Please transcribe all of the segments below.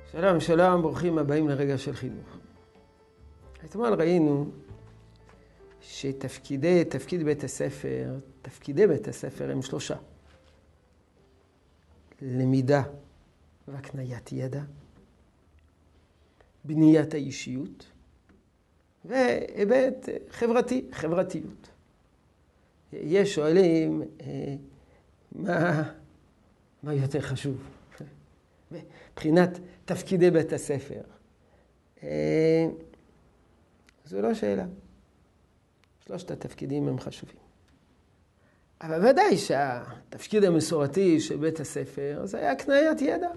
שלום, שלום, ברוכים הבאים לרגע של חינוך. אתמול ראינו שתפקידי בית הספר הם 3. למידה והקניית ידע, בניית האישיות, והיבט חברתיות. יש שואלים מה יותר חשוב מבחינת תפקידי בית הספר. זו לא שאלה. 3 התפקידים הם חשובים. אבל ודאי שהתפקיד המסורתי של בית הספר זה היה הקניית ידע.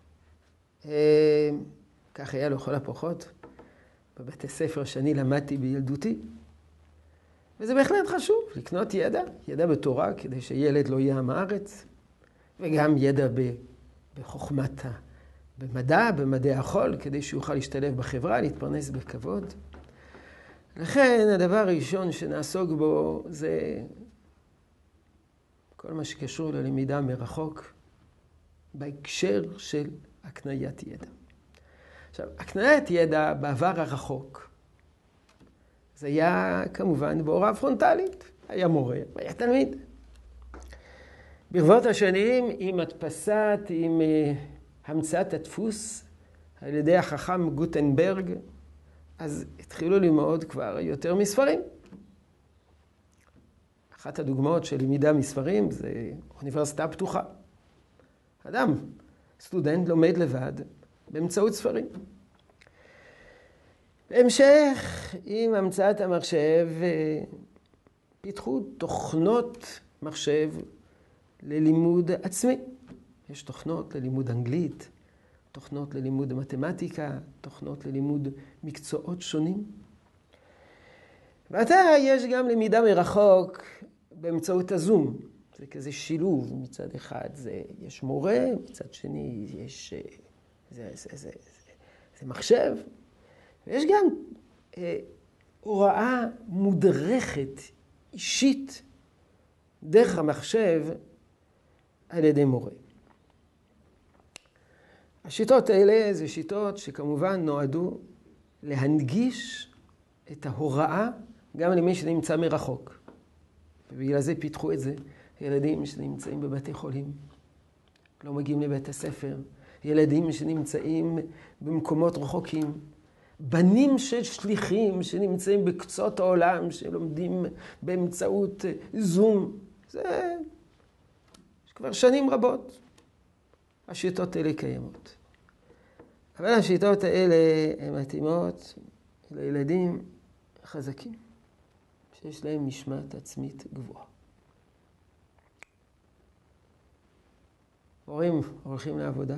כך היה לכל הפחות בבית הספר שאני למדתי בילדותי. וזה בהחלט חשוב, לקנות ידע בתורה, כדי שילד לא יהיה עם הארץ, וגם ידע בחוכמת, במדעי החול, כדי שיוכל להשתלב בחברה, להתפרנס בכבוד. לכן הדבר הראשון שנעסוק בו זה כל מה שקשור ללמידה מרחוק, בהקשר של הקניית ידע. עכשיו, הקניית ידע בעבר הרחוק, זה היה כמובן בהוראה פרונטלית. היה מורה, היה תלמיד. ברבות השנים, עם המצאת הדפוס על ידי החכם גוטנברג, אז התחילו ללמוד כבר יותר מספרים. אחת הדוגמאות של למידה מספרים זה אוניברסיטה פתוחה. סטודנט לומד לבד באמצעות ספרים. בהמשך, עם המצאת המחשב, פיתחו תוכנות מחשב ללימוד עצמי. יש תוכנות ללימוד אנגלית, תוכנות ללימוד מתמטיקה, תוכנות ללימוד מקצועות שונים. ועתה יש גם למידה מרחוק באמצעות הזום. זה כזה שילוב, מצד אחד יש מורה, מצד שני יש זה מחשב. ויש גם הוראה מודרכת, אישית, דרך המחשב על ידי מורה. השיטות האלה זה שיטות שכמובן נועדו להנגיש את ההוראה גם למי שנמצא מרחוק. ובגלל זה פיתחו את זה ילדים שנמצאים בבתי חולים, לא מגיעים לבית הספר, ילדים שנמצאים במקומות רחוקים, בנים של שליחים שנמצאים בקצות העולם, שלומדים באמצעות זום. זה כבר שנים רבות. השיטות האלה קיימות. אבל השיטות האלה הן מתאימות לילדים חזקים, שיש להם משמעת עצמית גבוהה. הורים הולכים לעבודה,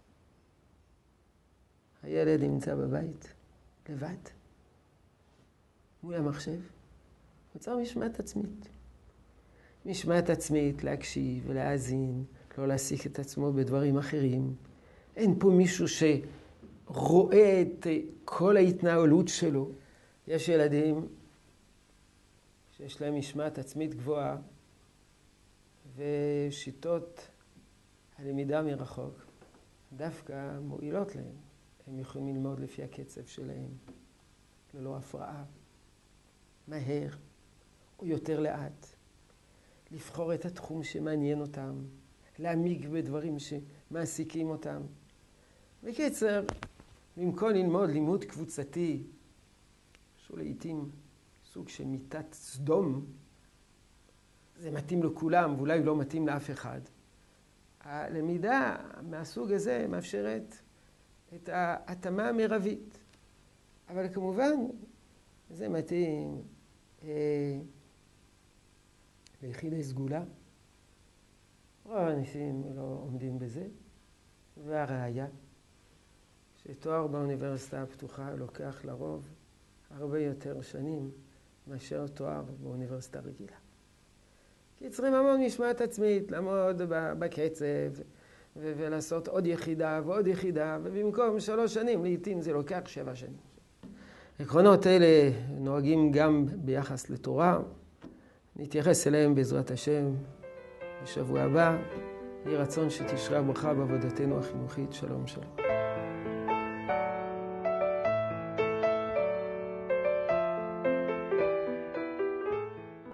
הילד נמצא בבית, לבד, מול המחשב, נוצר משמעת עצמית. משמעת עצמית להקשיב ולהאזין, לא להעסיק את עצמו בדברים אחרים. אין פה מישהו שרואה את כל ההתנהלות שלו. יש ילדים שיש להם משמעת עצמית גבוהה, ושיטות הלמידה מרחוק דווקא מועילות להם. הם יכולים ללמוד לפי הקצב שלהם, ללא הפרעה, מהר או יותר לאט. לבחור את התחום שמעניין אותם, להעמיק בדברים שמעסיקים אותם. בקיצר, במקום ללמוד לימוד קבוצתי, שהוא לעתים סוג של מיטת סדום, זה מתאים לכולם ואולי לא מתאים לאף אחד. הלמידה מהסוג הזה מאפשרת את ההתאמה המרבית. אבל כמובן, זה מתאים ליחידי סגולה. רוב האנשים לא עומדים בזה. והראיה, שתואר באוניברסיטה הפתוחה לוקח לרוב הרבה יותר שנים מאשר תואר באוניברסיטה רגילה. כי צריכים המון משמעת עצמית, לעמוד בקצב ולעשות עוד יחידה ועוד יחידה, ובמקום 3 שנים, לעתים זה לוקח 7 שנים. עקרונות אלה נוהגים גם ביחס לתורה. נתייחס אליהם בעזרת השם בשבוע הבא. יהי רצון שתשרה ברכה בעבודתנו החינוכית. שלום שלום.